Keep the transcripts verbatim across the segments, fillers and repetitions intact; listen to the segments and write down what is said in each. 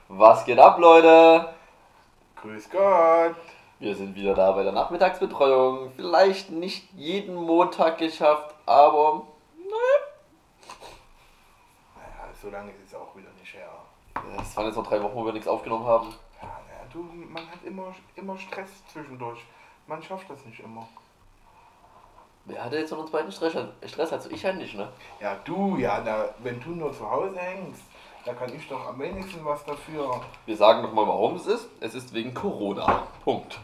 Was geht ab, Leute? Grüß Gott. Wir sind wieder da bei der Nachmittagsbetreuung. Vielleicht nicht jeden Montag geschafft, aber naja. Naja, so lange ist es auch wieder nicht her. Es waren jetzt noch drei Wochen, wo wir nichts aufgenommen haben. Ja, naja, du, man hat immer, immer Stress zwischendurch. Man schafft das nicht immer. Wer hatte jetzt von uns beiden Stress? Stress also ich ja nicht, ne? Ja, du, ja, na, wenn du nur zu Hause hängst, da kann ich doch am wenigsten was dafür. Wir sagen nochmal, warum es ist. Es ist wegen Corona. Punkt.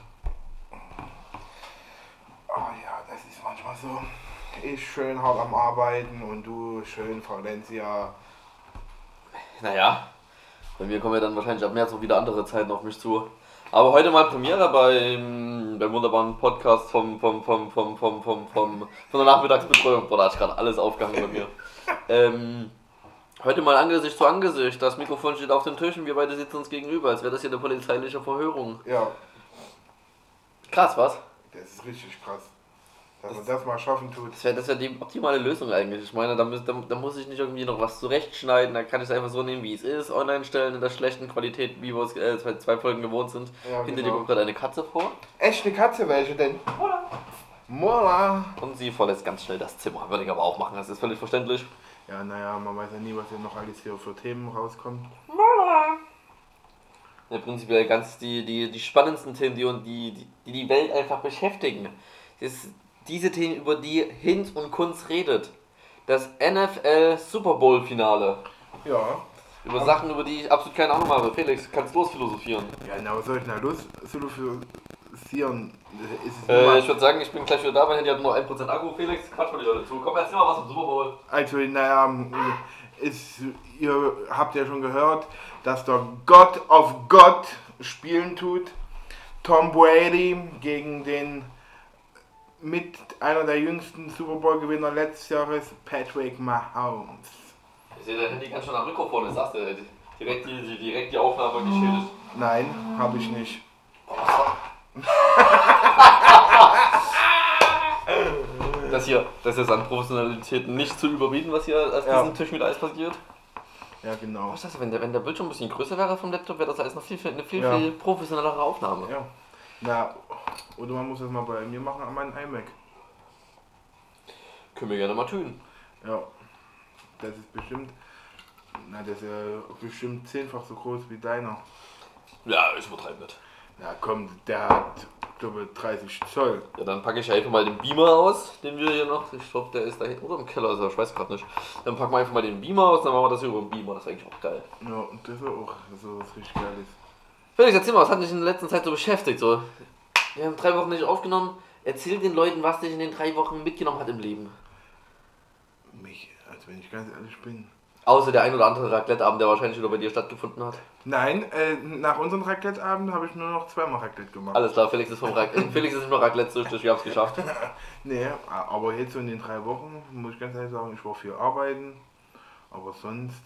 Oh ja, das ist manchmal so. Ich schön hart am Arbeiten und du schön Valencia. Naja, bei mir kommen ja dann wahrscheinlich ab März auch wieder andere Zeiten auf mich zu. Aber heute mal Premiere beim, beim wunderbaren Podcast vom, vom, vom, vom, vom, vom, vom, von der Nachmittagsbetreuung. Boah, da hat gerade alles aufgehangen bei mir. ähm, heute mal Angesicht zu Angesicht. Das Mikrofon steht auf dem Tisch und wir beide sitzen uns gegenüber, als wäre das hier eine polizeiliche Verhörung. Ja. Krass, was? Das ist richtig krass. Dass das, man das mal schaffen tut. Das wäre das wär die optimale Lösung eigentlich. Ich meine, da, muss, da, da muss ich nicht irgendwie noch was zurechtschneiden, da kann ich es einfach so nehmen, wie es ist, online stellen in der schlechten Qualität, wie wir es äh, zwei, zwei Folgen gewohnt sind. Ja, Hinter genau. dir kommt gerade eine Katze vor. Echt eine Katze, welche denn? Mola. Mola. Und sie verlässt ganz schnell das Zimmer. Würde ich aber auch machen, das ist völlig verständlich. Ja, naja, man weiß ja nie, was hier noch alles hier für Themen rauskommt. Mola. Ja, prinzipiell ganz die, die, die spannendsten Themen, die, die, die die Welt einfach beschäftigen. Das ist diese Themen, über die Hinz und Kunz redet. Das N F L Super Bowl Finale. Ja. Über aber Sachen, über die ich absolut keine Ahnung habe. Felix, kannst du losphilosophieren? Ja, na, was soll ich denn da losphilosophieren? Äh, ich würde sagen, ich bin gleich wieder da, mein Handy hat nur ein Prozent Akku. Felix, quatsch mal die Leute zu. Komm, erzähl mal was vom Super Bowl. Also, naja, ist, ihr habt ja schon gehört, dass der God of God spielen tut. Tom Brady gegen den mit einer der jüngsten Super Bowl Gewinner letztes Jahres, Patrick Mahomes. Ich sehe, dein Handy ganz schön nach Mikrofon, das sagst du. Direkt die, die, direkt die Aufnahme geschildert. Nein, habe ich nicht. Das hier, das ist an Professionalität nicht zu überbieten, was hier auf ja. diesem Tisch mit Eis passiert. Ja, genau. Was ist das, wenn der, wenn der Bildschirm ein bisschen größer wäre vom Laptop, wäre das alles noch viel, viel, eine viel, ja. viel professionellere Aufnahme. Ja. Na, oder man muss das mal bei mir machen an meinem iMac. Können wir gerne mal tun. Ja. Das ist bestimmt, na, das ist ja bestimmt zehnfach so groß wie deiner. Ja, ich übertreibe nicht. Na komm, der hat, glaube ich, dreißig Zoll. Ja, dann packe ich einfach mal den Beamer aus, den wir hier noch, ich glaube, der ist da hinten oder im Keller, also ich weiß gerade nicht. Dann packen wir einfach mal den Beamer aus, dann machen wir das hier über den Beamer, das ist eigentlich auch geil. Ja, und das ist auch so was richtig Geiles. Felix, erzähl mal, was hat dich in der letzten Zeit so beschäftigt? So? Wir haben drei Wochen nicht aufgenommen. Erzähl den Leuten, was dich in den drei Wochen mitgenommen hat im Leben. Mich, also wenn ich ganz ehrlich bin. Außer der ein oder andere Raclette-Abend, der wahrscheinlich wieder bei dir stattgefunden hat. Nein, äh, nach unserem Raclette-Abend habe ich nur noch zweimal Raclette gemacht. Alles klar, Felix ist vom Raclette. Felix ist nicht nur Raclette-süchtig, wir haben es geschafft. Nee, aber jetzt so in den drei Wochen, muss ich ganz ehrlich sagen, ich war viel arbeiten. Aber sonst,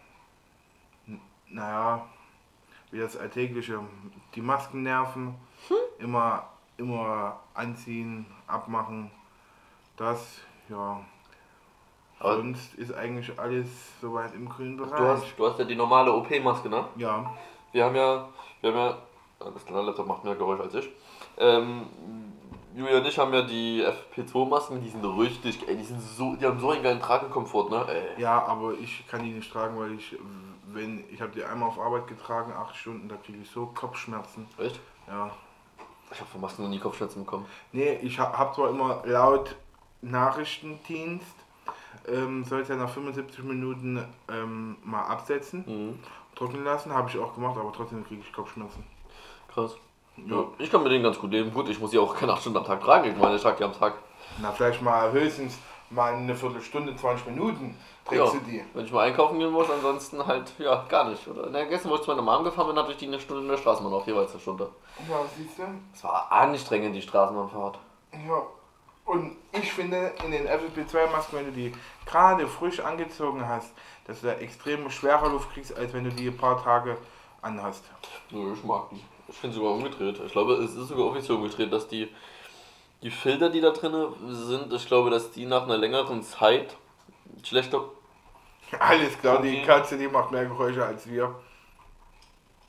n- naja, wie das Alltägliche, die Masken nerven, hm? immer, immer anziehen, abmachen, das, ja. Aber sonst ist eigentlich alles soweit im grünen Bereich. Du hast, du hast ja die normale O P-Maske, ne? Ja. Wir haben ja, wir haben ja, das kleine Laptop macht mehr Geräusch als ich. Ähm, Julia und ich haben ja die F P zwei Masken, die sind richtig, ey, die sind so, die haben so einen geilen Tragekomfort, ne? Ey. Ja, aber ich kann die nicht tragen, weil ich, wenn, ich habe die einmal auf Arbeit getragen, acht Stunden, da kriege ich so Kopfschmerzen. Echt? Ja. Ich habe von Masken noch nie Kopfschmerzen bekommen. Nee, ich habe zwar immer laut Nachrichtendienst, ähm, soll es ja nach fünfundsiebzig Minuten ähm, mal absetzen, Mhm. trocknen lassen, habe ich auch gemacht, aber trotzdem kriege ich Kopfschmerzen. Krass. Ja. Ja, ich kann mit denen ganz gut leben. Gut, ich muss die auch keine acht Stunden am Tag tragen. Ich meine, ich trage die am Tag. Na, vielleicht mal höchstens mal eine Viertelstunde, zwanzig Minuten trägst Ja, du die. wenn ich mal einkaufen gehen muss, ansonsten halt, ja, gar nicht. Oder? Na, gestern, wo ich zu meiner Mom gefahren bin, hatte ich die eine Stunde in der Straßenbahn auf, jeweils eine Stunde. Ja, siehst du? Es war anstrengend, die Straßenbahnfahrt. Ja. Und ich finde, in den F F P zwei Masken, wenn du die gerade frisch angezogen hast, dass du da extrem schwerer Luft kriegst, als wenn du die ein paar Tage anhast. Nö, ich mag die. Ich finde sogar umgedreht. Ich glaube, es ist sogar offiziell umgedreht, dass die, die Filter, die da drin sind, ich glaube, dass die nach einer längeren Zeit schlechter. Alles klar, die Okay. Katze, die macht mehr Geräusche als wir.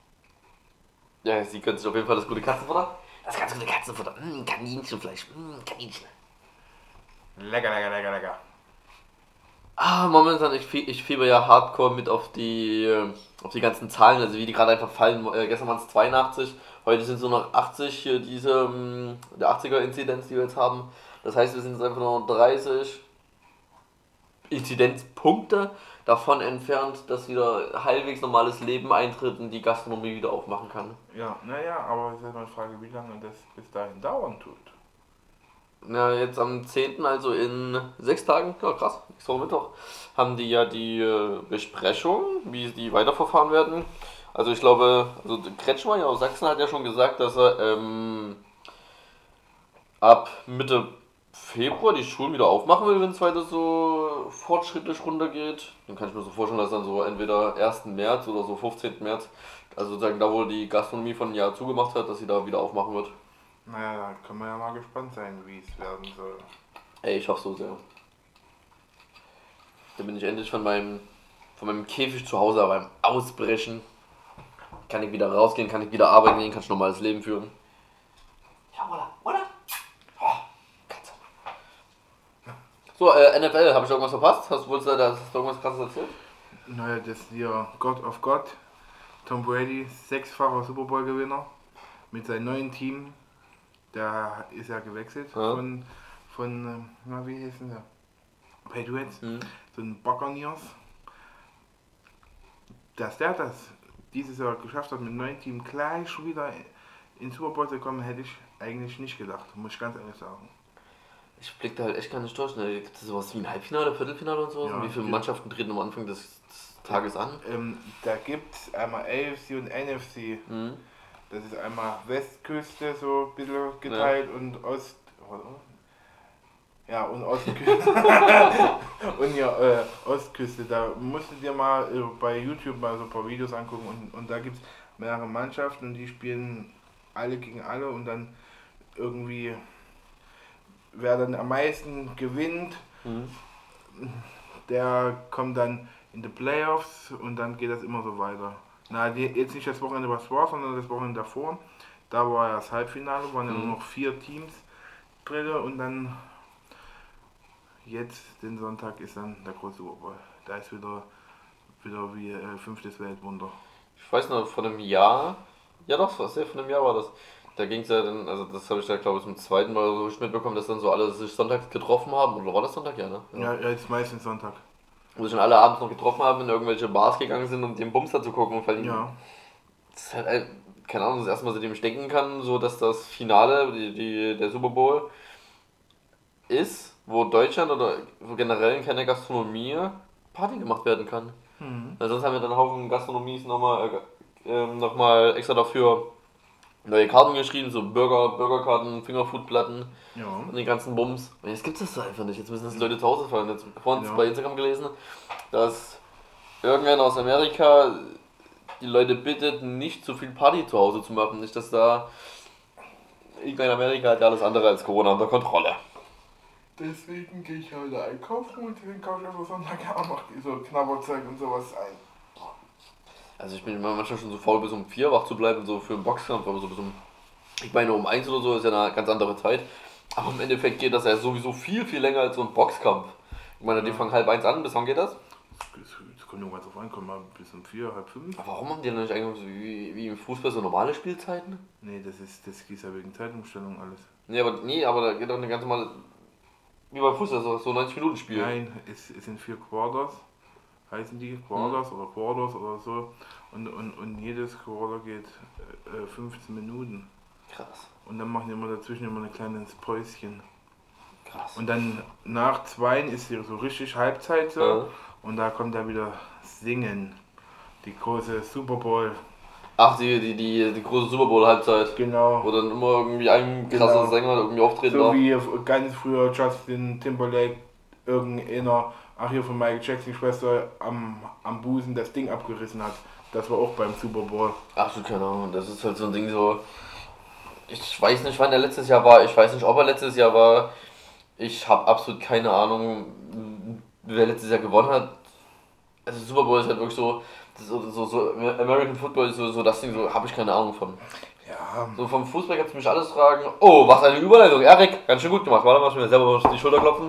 Ja, sie können sich auf jeden Fall das gute Katzenfutter. Das ganz gute Katzenfutter. Mm, Kaninchenfleisch. Mm, Kaninchen. Lecker, lecker, lecker, lecker. Ah, momentan, ich, fie- ich fieber ja hardcore mit auf die, äh, auf die ganzen Zahlen, also wie die gerade einfach fallen. Äh, gestern waren es zweiundachtzig, heute sind es nur noch achtzig, hier diese, ähm, der achtziger-Inzidenz, die wir jetzt haben. Das heißt, wir sind jetzt einfach nur noch dreißig Inzidenzpunkte davon entfernt, dass wieder halbwegs normales Leben eintritt und die Gastronomie wieder aufmachen kann. Ja, naja, aber es ist halt mal die Frage, wie lange das bis dahin dauern tut. Ja, jetzt am zehnten, also in sechs Tagen, ja krass, nächste Woche Mittwoch, haben die ja die äh, Besprechung, wie die weiterverfahren werden. Also ich glaube, also Kretschmer ja aus Sachsen hat ja schon gesagt, dass er ähm, ab Mitte Februar die Schulen wieder aufmachen will, wenn es weiter so fortschrittlich runtergeht. Dann kann ich mir so vorstellen, dass dann so entweder ersten März oder so fünfzehnten März, also sozusagen da, wo die Gastronomie von einem Jahr zugemacht hat, dass sie da wieder aufmachen wird. Naja, da kann man ja mal gespannt sein, wie es werden soll. Ey, ich hoffe so sehr. Da bin ich endlich von meinem, von meinem Käfig zu Hause beim Ausbrechen. Kann ich wieder rausgehen, kann ich wieder arbeiten gehen, kann ich normales Leben führen. Ja, oder? Oder? Oh, Katze. So, äh, N F L, habe ich irgendwas verpasst? Hast, wolltest du da hast du irgendwas krasses erzählt? Naja, das ist hier God of God. Tom Brady, sechsfacher Super Bowl Gewinner mit seinem neuen Team. Der ist ja gewechselt Ja. von, von, äh, na wie heißen der? Patriots, Mhm. so ein Buccaneers. Dass der das dieses Jahr geschafft hat, mit einem neuen Team gleich schon wieder in Super Bowl zu kommen, hätte ich eigentlich nicht gedacht, muss ich ganz ehrlich sagen. Ich blick da halt echt gar nicht durch. Ne? Gibt es sowas wie ein Halbfinale, Viertelfinale und so? Ja, und wie viele gibt- Mannschaften treten am Anfang des, des Tages an? Ähm, da gibt es einmal A F C und N F C. Mhm. Das ist einmal Westküste so ein bisschen geteilt und Ost. Ja, und Ostküste. und ja, äh, Ostküste. Da musst du dir mal äh, bei YouTube mal so ein paar Videos angucken und, und da gibt es mehrere Mannschaften und die spielen alle gegen alle und dann irgendwie wer dann am meisten gewinnt, Mhm. der kommt dann in die Playoffs und dann geht das immer so weiter. Na, die, jetzt nicht das Wochenende, was war, sondern das Wochenende davor. Da war ja das Halbfinale, waren ja Mhm. nur noch vier Teams drin und dann jetzt den Sonntag ist dann der große Super Bowl. Da ist wieder, wieder wie äh, fünftes Weltwunder. Ich weiß noch, vor einem Jahr, ja doch, was ja, vor einem Jahr war das. Da ging es ja dann, also das habe ich ja glaube ich zum zweiten Mal so mitbekommen, dass dann so alle sich sonntags getroffen haben. Oder war das Sonntag? Ja, ne? Ja, ja, jetzt meistens Sonntag. Wo sich dann alle abends noch getroffen haben, in irgendwelche Bars gegangen sind, um den Bumster zu gucken. Weil Ja. das ist halt, ein- keine Ahnung, das erste Mal, seitdem ich denken kann, so dass das Finale, die, die, der Super Bowl ist, wo Deutschland oder wo generell in keiner Gastronomie Party gemacht werden kann. Mhm. Weil sonst haben wir dann einen Haufen Gastronomies nochmal äh, ähm, noch mal extra dafür neue Karten geschrieben, so Burger, Burgerkarten, Fingerfoodplatten Ja. und den ganzen Bums. Und jetzt gibt es das so einfach nicht. Jetzt müssen das die Leute zu Hause fahren. Jetzt vorhin Ja. bei Instagram gelesen, dass irgendeiner aus Amerika die Leute bittet, nicht zu viel Party zu Hause zu machen. Nicht, dass da irgendein Amerika hat ja alles andere als Corona unter Kontrolle. Deswegen gehe ich heute einkaufen und den kaufe ich einfach Sonntag auch noch so Knabberzeug und sowas ein. Also ich bin manchmal schon so faul, bis um vier wach zu bleiben, so für einen Boxkampf, aber so bis um, ich meine um eins oder so ist ja eine ganz andere Zeit. Aber im Endeffekt geht das ja sowieso viel, viel länger als so ein Boxkampf. Ich meine, die Ja. fangen halb eins an, bis wann geht das? Es kommt irgendwas drauf an, kommt mal bis um vier, halb fünf. Aber warum haben die denn nicht eigentlich so wie, wie im Fußball so normale Spielzeiten? Nee, das ist das ist ja wegen Zeitumstellung alles. Nee, aber, nee, aber da geht doch eine ganz normale, wie beim Fußball, so, so neunzig Minuten Spiel. Nein, es, es sind vier Quarters, heißen die Quarters oder Quarters oder so. Und, und, und jedes Quarter geht äh, fünfzehn Minuten. Krass, Und dann machen die immer dazwischen immer ein kleines Päuschen. krass. Und dann nach zwei ist hier so richtig Halbzeit so. Ja. Und da kommt er wieder singen. Die große Super Bowl. Ach, die, die, die, die große Super Bowl Halbzeit. Genau. Wo dann immer irgendwie ein krasser Genau. Sänger irgendwie auftreten So darf. wie ganz früher Justin Timberlake, irgendeiner, ach hier von Michael Jackson, die Schwester, am, am Busen das Ding abgerissen hat. Das war auch beim Super Bowl. Ach du, keine Ahnung, das ist halt so ein Ding so. Ich weiß nicht, wann der letztes Jahr war. Ich weiß nicht, ob er letztes Jahr war. Ich habe absolut keine Ahnung, wer letztes Jahr gewonnen hat. Also Super Bowl ist halt wirklich so, So, so, so American Football ist so, so das Ding, so habe ich keine Ahnung von. Ja. So vom Fußball kannst du mich alles fragen. Oh, was eine Überleitung. Erik, ganz schön gut gemacht. Warte mal, ich mir selber auf die Schulter klopfen.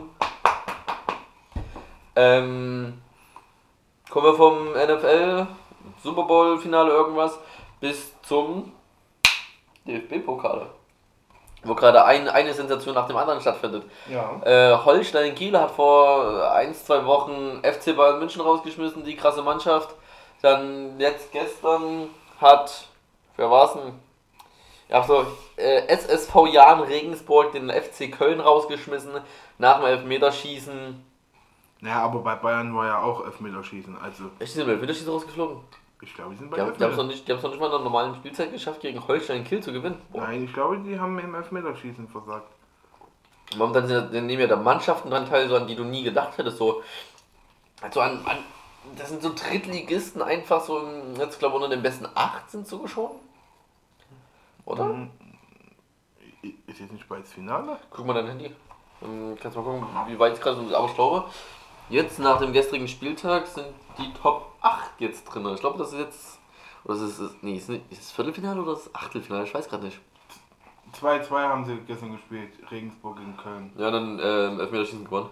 Ähm, kommen wir vom N F L, Super Bowl Finale irgendwas, bis zum D F B-Pokal. Wo gerade ein, eine Sensation nach dem anderen stattfindet. Ja. Äh, Holstein Kiel hat vor ein, zwei Wochen F C Bayern München rausgeschmissen, die krasse Mannschaft. Dann jetzt gestern hat, wer war's denn? Ja, so, äh, S S V Jahn Regensburg den F C Köln rausgeschmissen, nach dem Elfmeterschießen. Naja, aber bei Bayern war ja auch Elfmeterschießen, also... Echt, die sind im Elfmeterschießen rausgeflogen? Ich glaube, die sind bei Die haben Elfmeter. es noch nicht, die haben's noch nicht mal in der normalen Spielzeit geschafft, gegen Holstein Kiel zu gewinnen. Boah. Nein, ich glaube, die haben im Elfmeterschießen versagt. Warum dann, sind- dann nehmen ja da Mannschaften dran teil, so an die du nie gedacht hättest, so... Also an, an das sind so Drittligisten einfach so, im- jetzt glaube ich unter den besten acht sind so schon. Oder? Mhm. Ist jetzt nicht bald das Finale? Guck mal dein Handy. Dann kannst du mal gucken, wie weit es gerade ist. Aber ich glaube, jetzt nach dem gestrigen Spieltag sind die Top acht jetzt drin. Ich glaube, das ist jetzt. Oder ist es. Nee, ist es das Viertelfinale oder das Achtelfinale? Ich weiß gerade nicht. zwei zwei haben sie gestern gespielt, Regensburg gegen Köln. Ja, dann ähm, Elfmeterschießen gewonnen.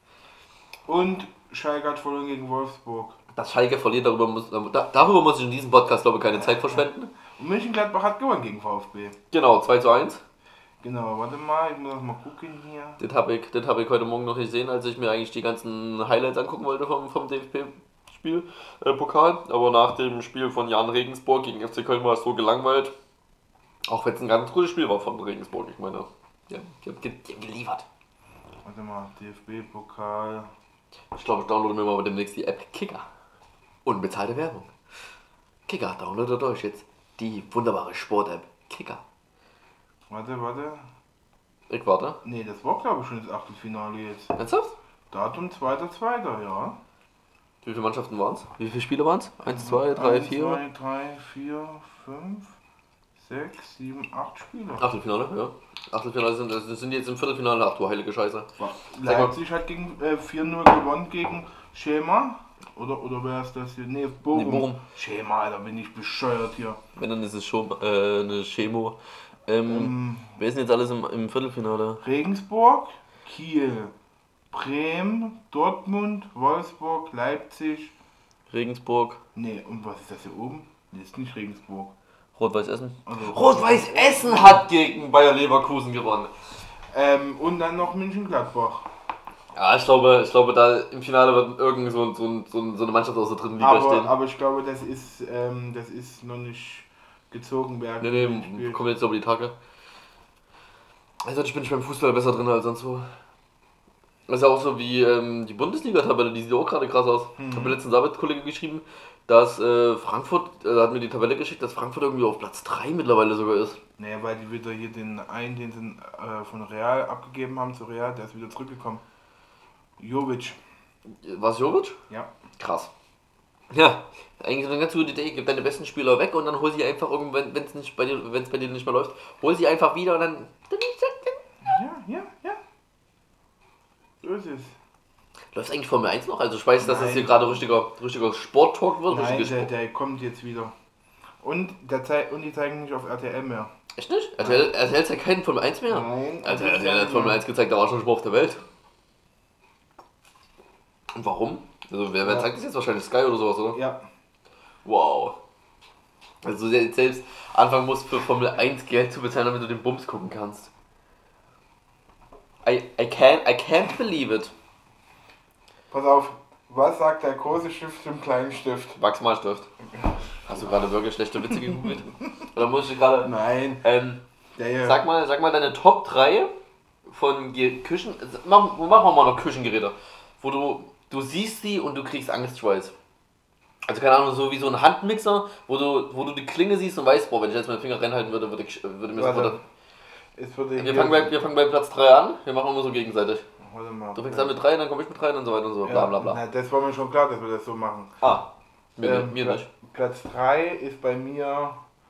Und Schalke hat verloren gegen Wolfsburg. Dass Schalke verliert, darüber muss, da, darüber muss ich in diesem Podcast, glaube ich, keine Zeit verschwenden. Und Mönchengladbach hat gewonnen gegen VfB. Genau, zwei zu eins. Genau, warte mal, ich muss das mal gucken hier. Das habe ich, das hab ich heute Morgen noch gesehen, als ich mir eigentlich die ganzen Highlights angucken wollte vom, vom D F B-Spiel, äh, Pokal. Aber nach dem Spiel von Jan Regensburg gegen F C Köln war es so gelangweilt. Auch wenn es ein ganz gutes Spiel war von Regensburg, ich meine, ja, die haben, ge- die haben geliefert. Warte mal, D F B-Pokal. Ich glaube, ich downloade mir mal demnächst die App Kicker. Unbezahlte Werbung. Kicker, downloadet euch jetzt die wunderbare Sport-App Kicker. Warte, warte. Ich warte. Nee, das war glaube ich schon das Achtelfinale jetzt. Ernsthaft? Datum zweiter zweiter ja. Wie viele Mannschaften waren es? Wie viele Spiele waren es? eins, zwei, drei, vier? zwei, drei, vier, fünf, sechs, sieben, acht Spiele. Achtelfinale, ja. Achtelfinale sind, das sind jetzt im Viertelfinale. Ach du heilige Scheiße. Leipzig hat gegen äh, vier null gewonnen gegen Schema. Oder, oder wer ist das hier? Nee, Bochum. Nee, Bochum. Schema, Alter, bin ich bescheuert hier. Wenn, dann ist es schon äh, eine Chemo. Ähm, Ähm, wer ist denn jetzt alles im, im Viertelfinale? Regensburg, Kiel, Bremen, Dortmund, Wolfsburg, Leipzig. Regensburg, Nee, und was ist das hier oben? Nee, ist nicht Regensburg. Rot-Weiß Essen. Also, Rot-Weiß Essen hat gegen Bayer Leverkusen gewonnen. Ähm, und dann noch Mönchengladbach. Ja, ich glaube, ich glaube, da im Finale wird irgend so, so, so, so eine Mannschaft aus der dritten Liga Aber, stehen. aber ich glaube, das ist, ähm, das ist noch nicht gezogen werden. Nee, nee, kommen jetzt über die Tage. Also ich bin nicht beim Fußball besser drin als sonst wo. Das ist ja auch so wie ähm, die Bundesliga-Tabelle, die sieht auch gerade krass aus. Mhm. Ich habe mir letztens Arbeitskollege geschrieben, dass äh, Frankfurt, äh, hat mir die Tabelle geschickt, dass Frankfurt irgendwie auf Platz drei mittlerweile sogar ist. Naja, weil die wieder hier den einen, den sie äh, von Real abgegeben haben zu Real, der ist wieder zurückgekommen. Jovic. Was, Jovic? Ja. Krass. Ja, eigentlich eine ganz gute Idee. Gib deine besten Spieler weg und dann hol sie einfach irgendwann, wenn es nicht bei dir, wenn es bei dir nicht mehr läuft, hol sie einfach wieder und dann. Ja, ja, ja. So ist es. Läuft eigentlich Formel eins noch? Also ich weiß, dass das Nein. hier gerade richtiger, richtiger Sport-Talk wird. Nein, richtiges der, Sport. der kommt jetzt wieder. Und, der zei und die zeigen nicht auf R T L mehr. Echt nicht? R T L, R T L zeigt keinen Formel eins mehr? Nein. Also R T L hat Formel eins gezeigt, da war schon Sport auf der Welt. Und warum? Also wer, wer Ja. zeigt das jetzt? Wahrscheinlich Sky oder sowas, oder? Ja. Wow. Also du jetzt selbst anfangen musst für Formel eins Geld zu bezahlen, damit du den Bums gucken kannst. I, I, can't, I can't believe it. Pass auf, was sagt der große Stift zum kleinen Stift? Wachsmalstift. Hast du gerade wirklich schlechte Witze gegoogelt? Oder muss ich gerade... Nein. Ähm, Der hier. sag mal, sag mal deine Top drei von Ge Küchen... Machen machen wir mal noch Küchengeräte. Wo du... Du siehst sie und du kriegst Angstschweiß. Also keine Ahnung, so wie so ein Handmixer, wo du, wo du die Klinge siehst und weißt, boah, wenn ich jetzt meinen Finger reinhalten würde, würde, ich, würde mir Warte. sofort... Es würde Wir fangen, bei, wir fangen bei Platz drei an, wir machen immer so gegenseitig. Warte mal. Du fängst an mit drei, dann komme ich mit drei und so weiter und so, bla Ja, bla bla. Na, das war mir schon klar, dass wir das so machen. Ah, mir, Ähm, mir Pla- nicht. Platz drei ist bei mir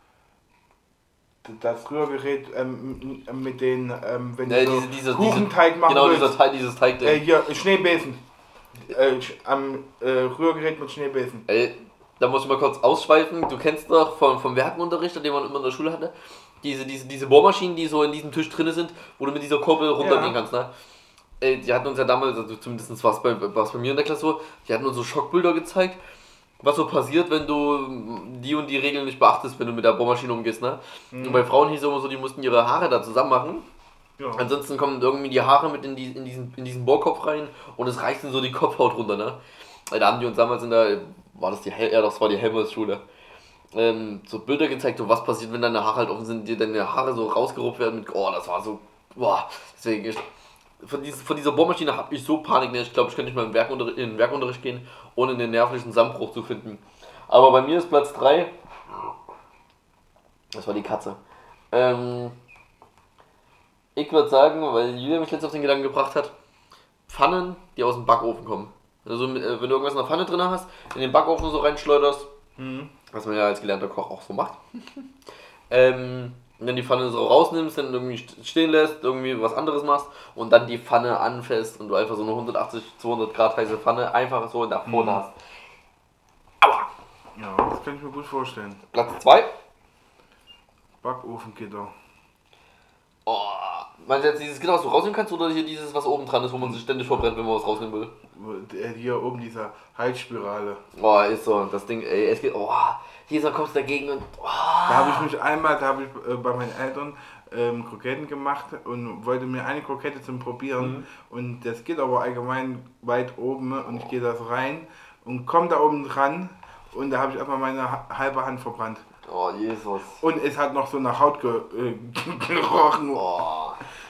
das Rührgerät ähm, m- mit den, ähm, wenn Ja, du diese, so diese, Kuchenteig diese, machen genau, willst. dieser Teig, dieses Teig. Äh, hier, Schneebesen. Äh, sch- am äh, Rührgerät mit Schneebesen. Ey, da muss ich mal kurz ausschweifen. Du kennst doch vom, vom Werkenunterricht, den man immer in der Schule hatte, diese, diese, diese Bohrmaschinen, die so in diesem Tisch drin sind, wo du mit dieser Kurbel runtergehen ja. kannst, ne? Ey, die hatten uns ja damals, also zumindest war es bei, bei mir in der Klasse so, die hatten uns so Schockbilder gezeigt, was so passiert, wenn du die und die Regeln nicht beachtest, wenn du mit der Bohrmaschine umgehst, ne? Mhm. Und bei Frauen hieß es immer so, die mussten ihre Haare da zusammen machen. Ja. Ansonsten kommen irgendwie die Haare mit in, die, in, diesen, in diesen Bohrkopf rein und es reißt dann so die Kopfhaut runter, ne? Da haben die uns damals in der, war das die, ja, das war die Helmholtz-Schule, ähm, so Bilder gezeigt, so was passiert, wenn deine Haare halt offen sind, dir deine Haare so rausgerupft werden mit, oh, das war so, boah, deswegen, ich, von, dieses, von dieser Bohrmaschine habe ich so Panik, ne? Ich glaube, ich könnte nicht mal in, Werkunterricht, in den Werkunterricht gehen, ohne den nervlichen Zusammenbruch zu finden. Aber bei mir ist Platz drei, das war die Katze. Ähm, ich würde sagen, weil Julia mich letztens auf den Gedanken gebracht hat, Pfannen, die aus dem Backofen kommen. Also wenn du irgendwas in der Pfanne drin hast, in den Backofen so reinschleuderst, mhm. was man ja als gelernter Koch auch so macht, ähm, und dann die Pfanne so rausnimmst, dann irgendwie stehen lässt, irgendwie was anderes machst und dann die Pfanne anfasst und du einfach so eine hundertachtzig, zweihundert Grad heiße Pfanne einfach so in der Pfanne mhm. hast. Aua! Ja, das kann ich mir gut vorstellen. Platz zwei? Backofengitter. Oh, meinst du jetzt dieses Gitter, was du rausnehmen kannst, oder hier dieses, was oben dran ist, wo man sich ständig verbrennt, wenn man was rausnehmen will? Hier oben, dieser Heizspirale. Oh, ist so, das Ding, ey, es geht, oh, dieser kommt dagegen und, oh. Da habe ich mich einmal, da habe ich äh, bei meinen Eltern ähm, Kroketten gemacht und wollte mir eine Krokette zum Probieren mhm. und das Gitter war allgemein weit oben und ich gehe da so rein und komme da oben dran und da habe ich erstmal meine halbe Hand verbrannt. Oh, Jesus. Und es hat noch so nach Haut ge äh, gerochen. Oh.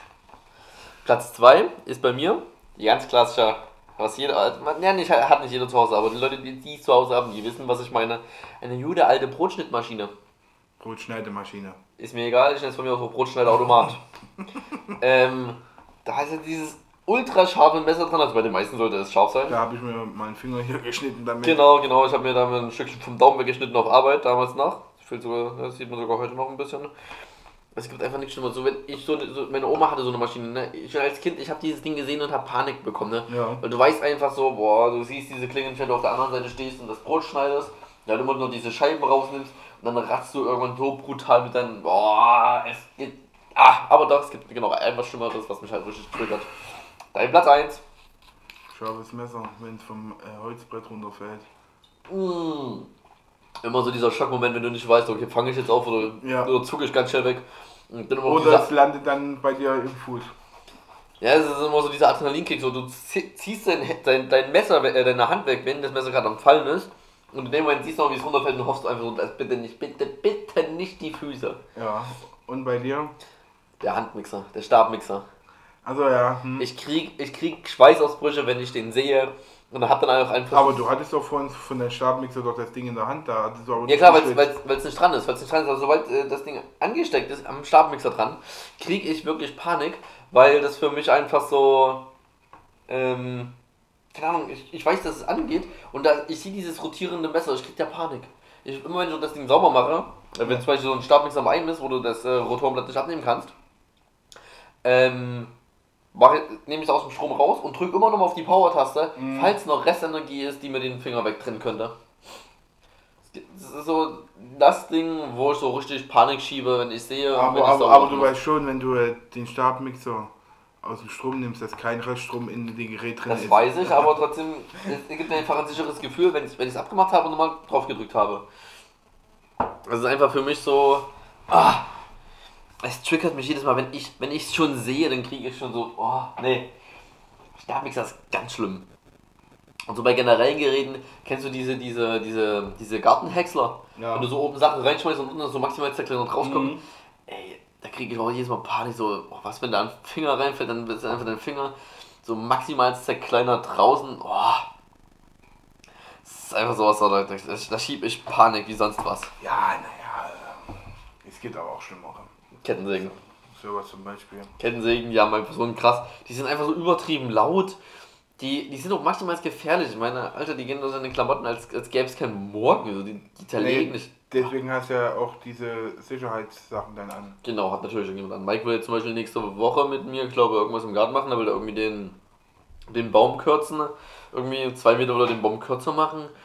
Platz zwei ist bei mir die ganz klassische, was jeder, ja, nicht, hat nicht jeder zu Hause, aber die Leute, die, die es zu Hause haben, die wissen, was ich meine. Eine gute alte Brotschnittmaschine. Brotschneidemaschine. Ist mir egal, ich nenne es von mir auch Brotschneiderautomat. ähm, da heißt ja dieses ultra scharfe Messer dran, also bei den meisten sollte es scharf sein. Da habe ich mir meinen Finger hier geschnitten damit. Genau, genau, ich habe mir da ein Stückchen vom Daumen weggeschnitten auf Arbeit, damals nach. Sogar, das sieht man sogar heute noch ein bisschen. Es gibt einfach nichts Schlimmeres. So, wenn ich so, so, meine Oma hatte so eine Maschine, ne? Ich als Kind, ich habe dieses Ding gesehen und habe Panik bekommen, ne? Ja. Weil du weißt einfach so, boah, du siehst diese Klingen, wenn du auf der anderen Seite stehst und das Brot schneidest, ja, du immer nur diese Scheiben rausnimmst und dann ratzt du irgendwann so brutal mit deinen, boah, es geht, ah, aber doch, es gibt genau etwas Schlimmeres, was mich halt richtig triggert. Dein Platz eins. Scharfes Messer, wenn es vom äh, Holzbrett runterfällt. Mmh. Immer so dieser Schockmoment, wenn du nicht weißt, okay, fange ich jetzt auf oder, ja. oder zucke ich ganz schnell weg. Und dann immer oder es landet dann bei dir im Fuß. Ja, es ist immer so dieser Adrenalinkick, so du ziehst dein, dein, dein Messer, äh, deine Hand weg, wenn das Messer gerade am Fallen ist. Und in dem Moment siehst du noch, wie es runterfällt und hoffst einfach so, dass bitte nicht, bitte, bitte nicht die Füße. Ja, und bei dir? Der Handmixer, der Stabmixer. Also ja. Hm. Ich krieg, ich krieg Schweißausbrüche, wenn ich den sehe. Und dann hab dann auch einfach. Aber du hattest doch vorhin von der Stabmixer doch das Ding in der Hand da. Hattest du aber ja klar, weil es nicht dran ist. Weil es nicht dran ist. Also sobald äh, das Ding angesteckt ist am Stabmixer dran, kriege ich wirklich Panik, weil das für mich einfach so. Ähm, keine Ahnung, ich, ich weiß, dass es angeht und da, ich sehe dieses rotierende Messer, ich krieg da Panik. Ich, immer wenn du das Ding sauber mache, wenn ja. zum Beispiel so ein Stabmixer am einen ist, wo du das äh, Rotorenblatt nicht abnehmen kannst, ähm. nehme ich es aus dem Strom raus und drücke immer noch mal auf die Power-Taste, mm. falls noch Restenergie ist, die mir den Finger wegtrennen könnte. Das ist so das Ding, wo ich so richtig Panik schiebe, wenn ich sehe. Aber, wenn aber, aber du weißt schon, wenn du den Stabmixer aus dem Strom nimmst, dass kein Reststrom in dem Gerät drin das ist. Das weiß ich, aber trotzdem, es gibt mir einfach ein sicheres Gefühl, wenn ich es abgemacht habe und nochmal drauf gedrückt habe. Das ist einfach für mich so. Ah, es triggert mich jedes Mal, wenn ich wenn ich es schon sehe, dann kriege ich schon so, oh, nee. Stabmixer ist ganz schlimm. Und so bei generellen Geräten, kennst du diese diese diese diese Gartenhäcksler? Ja. Wenn du so oben Sachen reinschmeißt und unten so maximal zerkleinert rauskommt, mhm. ey, da kriege ich auch jedes Mal Panik, so, oh, was, wenn da ein Finger reinfällt, dann ist einfach dein Finger so maximal zerkleinert draußen, oh. Das ist einfach sowas, da, da, da schiebe ich Panik wie sonst was. Ja, naja, es gibt aber auch Schlimmere. Kettensägen. Sowas zum Beispiel. Kettensägen, die haben einfach so ein krass, die sind einfach so übertrieben laut, die, die sind auch maximal gefährlich. Ich meine, Alter, die gehen durch seine Klamotten, als, als gäbe es keinen Morgen, also die, die zerlegen nee, nicht. Deswegen hast du ja auch diese Sicherheitssachen dann an. Genau, hat natürlich irgendjemand an. Mike will jetzt zum Beispiel nächste Woche mit mir, ich glaube, irgendwas im Garten machen, da will er irgendwie den, den Baum kürzen, irgendwie zwei Meter oder den Baum kürzer machen.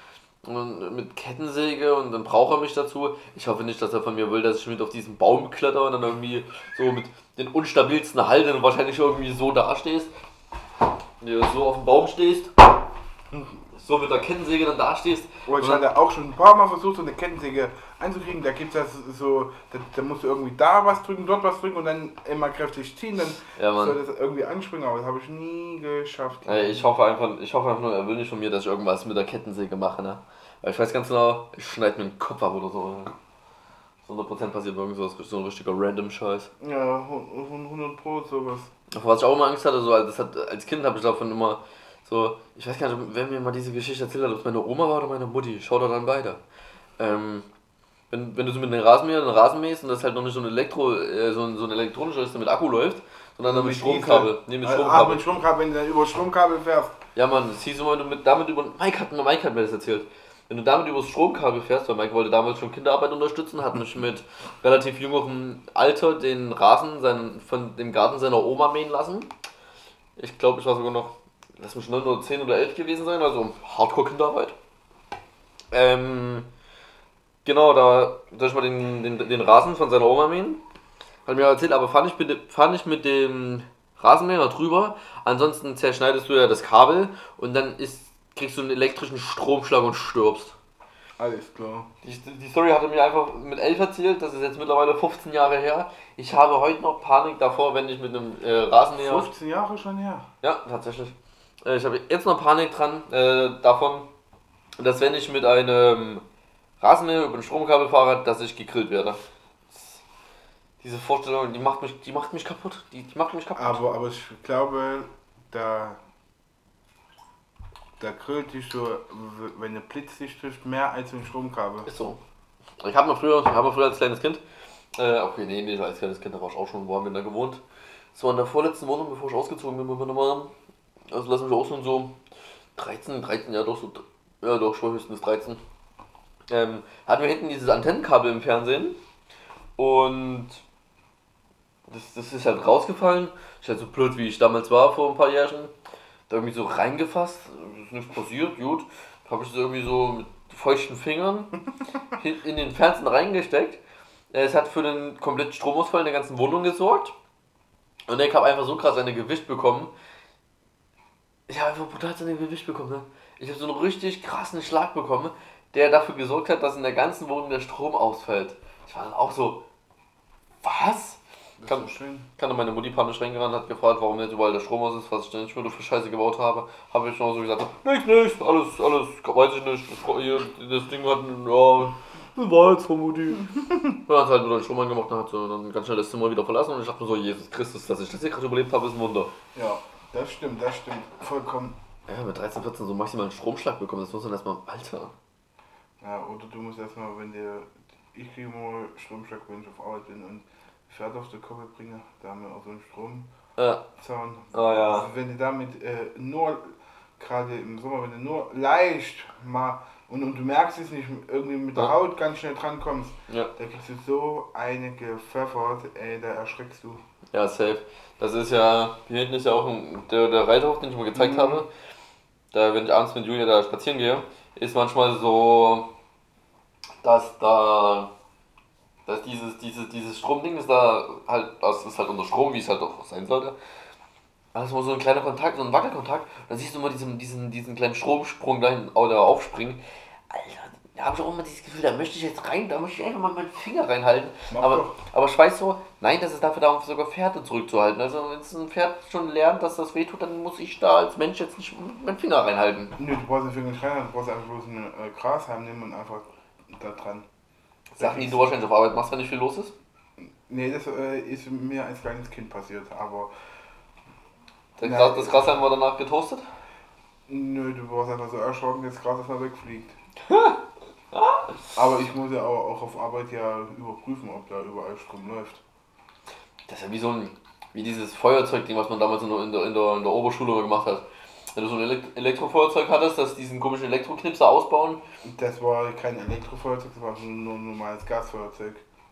und mit Kettensäge und dann braucht er mich dazu. Ich hoffe nicht, dass er von mir will, dass ich mit auf diesen Baum kletter und dann irgendwie so mit den unstabilsten Halten und wahrscheinlich irgendwie so dastehst. Wenn du so auf dem Baum stehst, so mit der Kettensäge dann dastehst. Oh, ich hatte auch schon ein paar Mal versucht, so eine Kettensäge anzukriegen. Da gibt es das so, da, da musst du irgendwie da was drücken, dort was drücken und dann immer kräftig ziehen, dann ja, soll das irgendwie anspringen, aber das habe ich nie geschafft. Ich hoffe einfach, ich hoffe einfach nur, er will nicht von mir, dass ich irgendwas mit der Kettensäge mache, ne? Weil ich weiß ganz genau, ich schneide mir den Kopf ab oder so. So hundert Prozent passiert irgendwas, so ein richtiger random Scheiß. Ja, hundert Pro sowas. Vor was ich auch immer Angst hatte, so das hat, als Kind habe ich davon immer so, ich weiß gar nicht, wer mir mal diese Geschichte erzählt hat, ob es meine Oma war oder meine Mutti, schau da dann beide. Ähm, wenn, wenn du so mit einem Rasenmäher einen Rasen mähst und das halt noch nicht so ein Elektro, äh, so, ein, so ein elektronischer ist, der mit Akku läuft, sondern dann mit Stromkabel. Nee, mit Stromkabel. Ach, mit Stromkabel, wenn du dann über Stromkabel fährst. Ja, Mann, das hieß immer, wenn du mit, damit über. Mike hat, Mike hat mir das erzählt. Wenn du damit über das Stromkabel fährst, weil Mike wollte damals schon Kinderarbeit unterstützen, hat mich mit relativ jüngerem Alter den Rasen seinen, von dem Garten seiner Oma mähen lassen. Ich glaube, ich war sogar noch, lass mich neun oder zehn oder elf gewesen sein, also Hardcore-Kinderarbeit. Ähm, genau, da soll ich mal den, den, den Rasen von seiner Oma mähen. Hat mir erzählt, aber fahr nicht mit, fahr nicht mit dem Rasenmäher drüber, ansonsten zerschneidest du ja das Kabel und dann ist, kriegst du einen elektrischen Stromschlag und stirbst. Alles klar. Die, die Story hatte mir einfach mit elf erzählt, das ist jetzt mittlerweile fünfzehn Jahre her. Ich habe heute noch Panik davor, wenn ich mit einem äh, Rasenmäher... fünfzehn Jahre schon her? Ja, tatsächlich. Äh, ich habe jetzt noch Panik dran, äh, davon, dass wenn ich mit einem Rasenmäher über ein Stromkabel fahre, dass ich gegrillt werde. Diese Vorstellung, die macht mich, die macht mich kaputt. Die, die macht mich kaputt. Aber, aber ich glaube, da, da grillt dich so, wenn der Blitz dich trifft, mehr als ein Stromkabel. Ist so. Ich habe mal früher, ich habe mal früher als kleines Kind, äh, okay, nee, nicht als kleines Kind, da war ich auch schon woanders da gewohnt. Das war in der vorletzten Wohnung, bevor ich ausgezogen bin mit meiner Mama. Also lass mich auch schon so dreizehn, dreizehn, ja doch so, ja doch, ich war höchstens dreizehn. Ähm, hatten wir hinten dieses Antennenkabel im Fernsehen und Das, das ist halt rausgefallen. Ich halt so blöd, wie ich damals war vor ein paar Jahren. Da irgendwie so reingefasst. Das ist nicht passiert, gut. Da habe ich es irgendwie so mit feuchten Fingern in den Fernsehen reingesteckt. Es hat für den kompletten Stromausfall in der ganzen Wohnung gesorgt. Und ich habe einfach so krass eine Gewicht bekommen. Ich habe einfach brutal so eine Gewicht bekommen. Ne? Ich habe so einen richtig krassen Schlag bekommen, der dafür gesorgt hat, dass in der ganzen Wohnung der Strom ausfällt. Ich war dann auch so, was? Kann, kann meine Mutti panisch reingerannt, hat gefragt, warum jetzt überall der Strom aus ist, was ich denn nicht für Scheiße gebaut habe. Habe ich noch so gesagt, nichts, nichts, alles, alles, weiß ich nicht. Das Ding hat, ja, das war jetzt von Mutti. Und dann hat halt nur den Strom angemacht und hat so dann ganz schnell das Zimmer wieder verlassen und ich dachte mir so, Jesus Christus, dass ich das hier gerade überlebt habe, ist ein Wunder. Ja, das stimmt, das stimmt, vollkommen. Ja, mit dreizehn, vierzehn so maximal einen Stromschlag bekommen, das muss man erstmal, Alter. Ja, oder du musst erstmal, wenn dir, ich kriege immer Stromschlag, wenn ich auf Arbeit bin und Pferd auf der Koppel bringe, da haben wir auch so einen Stromzaun. Ja. Oh ja. Also wenn du damit äh, nur, gerade im Sommer, wenn du nur leicht mal, und, und du merkst es nicht, irgendwie mit der ja. Haut ganz schnell drankommst, ja. da kriegst du so eine gepfeffert, ey, da erschreckst du. Ja, safe. Das ist ja, hier hinten ist ja auch ein, der, der Reiterhof, den ich mal gezeigt mhm. habe. Da, wenn ich abends mit Julia da spazieren gehe, ist manchmal so, dass da dass dieses, dieses, dieses Stromding ist da halt, das ist halt unter Strom, wie es halt auch sein sollte. Da ist immer so ein kleiner Kontakt, so ein Wackelkontakt. Und dann siehst du immer diesen, diesen, diesen kleinen Stromsprung dahin oder aufspringen. Alter, da habe ich auch immer dieses Gefühl, da möchte ich jetzt rein, da möchte ich einfach mal meinen Finger reinhalten. Aber, aber ich weiß so, nein, das ist dafür da, um sogar Pferde zurückzuhalten. Also wenn es ein Pferd schon lernt, dass das wehtut, dann muss ich da als Mensch jetzt nicht meinen Finger reinhalten. Nö, du brauchst den Finger nicht reinhalten, du brauchst einfach bloß ein äh, Grashalm nehmen und einfach da dran. Sachen, die du wahrscheinlich auf Arbeit machst, wenn nicht viel los ist? Nee, das äh, ist mir als kleines Kind passiert, aber... Der Gras, das Grashalm war danach getoastet? Nö, du warst einfach so erschrocken, dass das Gras erstmal wegfliegt. Aber ich muss ja auch, auch auf Arbeit ja überprüfen, ob da überall Strom läuft. Das ist ja wie so ein, wie dieses Feuerzeugding, was man damals in der, in der, in der, in der Oberschule gemacht hat. Wenn du so ein Elektrofeuerzeug hattest, dass diesen komischen Elektroknipser ausbauen. Das war kein Elektrofeuerzeug, das war nur ein normales Gasfeuerzeug.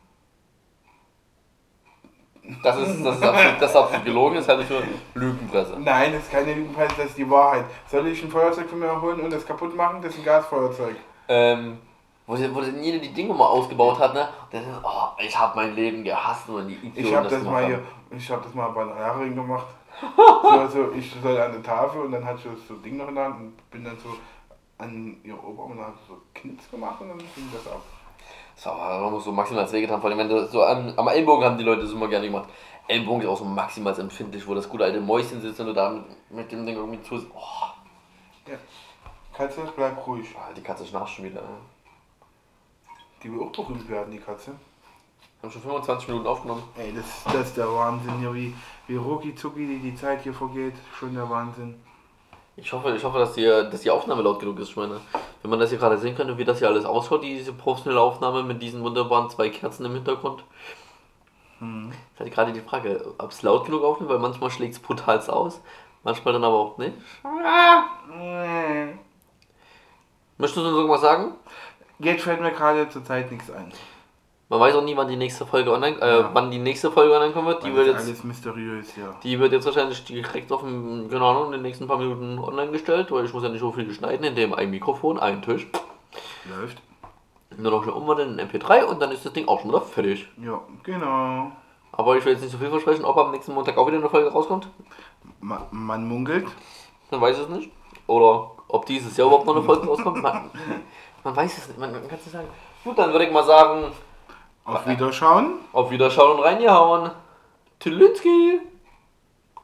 Das ist, das ist, absolut, das ist absolut gelogen, das halte ich für Lügenpresse. Nein, das ist keine Lügenpresse, das ist die Wahrheit. Soll ich ein Feuerzeug von mir holen und das kaputt machen? Das ist ein Gasfeuerzeug. ähm, wo, sie, wo jeder die Dinge mal ausgebaut hat, ne? Und dann, oh, ich habe mein Leben gehasst und die Idioten Ich habe das, das mal gemacht hier, haben. ich habe das mal bei einer Lehrerin gemacht. so, also ich soll an der Tafel und dann hatte ich so ein Ding noch in der Hand und bin dann so an ihr Oberarm und dann hat sie so Knicks gemacht und dann ging das ab. Das war aber noch so maximal als wehgetan, vor allem wenn du so am, am Ellbogen haben die Leute das immer gerne gemacht. Ellbogen ist auch so maximal empfindlich, wo das gute alte Mäuschen sitzt und du da mit, mit dem Ding irgendwie zu. Oh. Ja. Katze, bleib ruhig. Ah, die Katze schnarcht schon wieder. Die will auch berühmt werden, die Katze. Wir haben schon fünfundzwanzig Minuten aufgenommen. Ey, das, das ist der Wahnsinn hier, wie, wie rucki zucki die, die Zeit hier vergeht. Schon der Wahnsinn. Ich hoffe, ich hoffe, dass die, dass die Aufnahme laut genug ist. Ich meine, wenn man das hier gerade sehen könnte, wie das hier alles ausschaut, diese professionelle Aufnahme mit diesen wunderbaren zwei Kerzen im Hintergrund. Hm. Das ist halt gerade die Frage, ob es laut genug aufnimmt, weil manchmal schlägt es brutal aus, manchmal dann aber auch nicht. Möchtest du uns irgendwas sagen? Jetzt fällt mir gerade zur Zeit nichts ein. Man weiß auch nie, wann die nächste Folge online, äh, ja. wann die nächste Folge online kommen wird. Die wird jetzt alles mysteriös, ja. Die wird jetzt wahrscheinlich direkt auf dem, keine Ahnung, in den nächsten paar Minuten online gestellt, weil ich muss ja nicht so viel schneiden, in dem ein Mikrofon, ein Tisch. Läuft. Nur noch schnell umwandeln in M P drei und dann ist das Ding auch schon wieder fertig. Ja, genau. Aber ich will jetzt nicht so viel versprechen, ob am nächsten Montag auch wieder eine Folge rauskommt. Ma man munkelt. Man weiß es nicht. Oder ob dieses Jahr überhaupt noch eine Folge rauskommt. Man, man weiß es nicht, man, man kann es nicht sagen. Gut, dann würde ich mal sagen... Auf Wiederschauen. Auf Wiederschauen und reingehauen. Tülinski.